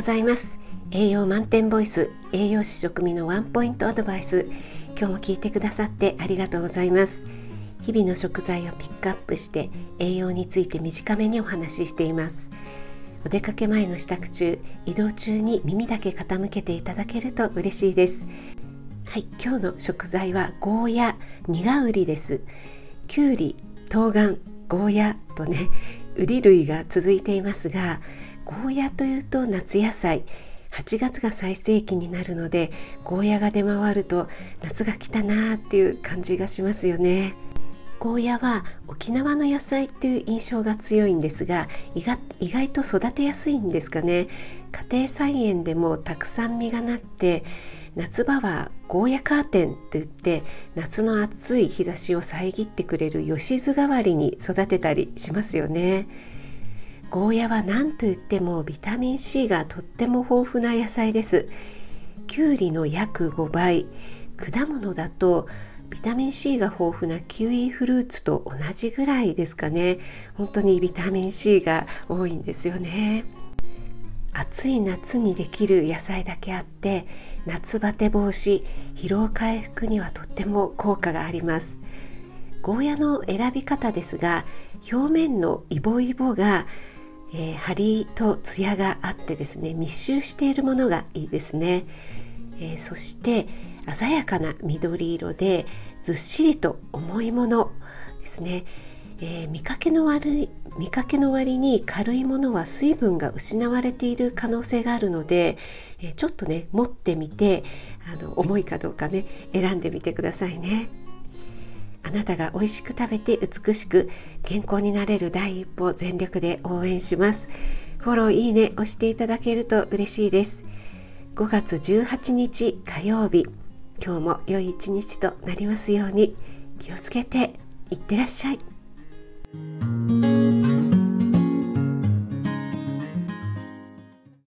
ございます。栄養満点ボイス、栄養士食味のワンポイントアドバイス。今日も聞いてくださってありがとうございます。日々の食材をピックアップして栄養について短めにお話ししています。お出かけ前の支度中、移動中に耳だけ傾けていただけると嬉しいです。はい、今日の食材はゴーヤ、ニガウリです。きゅうり、冬瓜、ゴーヤとね、ウリ類が続いていますが、ゴーヤというと夏野菜、8月が最盛期になるので、ゴーヤが出回ると夏が来たなっていう感じがしますよね。ゴーヤは沖縄の野菜っていう印象が強いんですが、意外と育てやすいんですかね。家庭菜園でもたくさん実がなって、夏場はゴーヤカーテンといって夏の暑い日差しを遮ってくれるよしず代わりに育てたりしますよね。ゴーヤは何といってもビタミン C がとっても豊富な野菜です。きゅうりの約5倍、果物だとビタミン C が豊富なキウイフルーツと同じぐらいですかね。本当にビタミン C が多いんですよね。暑い夏にできる野菜だけあって、夏バテ防止、疲労回復にはとっても効果があります。ゴーヤの選び方ですが、表面のイボイボが張りとツヤがあってですね、密集しているものがいいですね。そして鮮やかな緑色でずっしりと重いものですね。見かけの割に軽いものは水分が失われている可能性があるので、ちょっとね持ってみて重いかどうかね選んでみてくださいね。あなたが美味しく食べて美しく健康になれる第一歩、全力で応援します。フォロー、いいね押していただけると嬉しいです。5月18日火曜日、今日も良い一日となりますように。気をつけていってらっしゃい。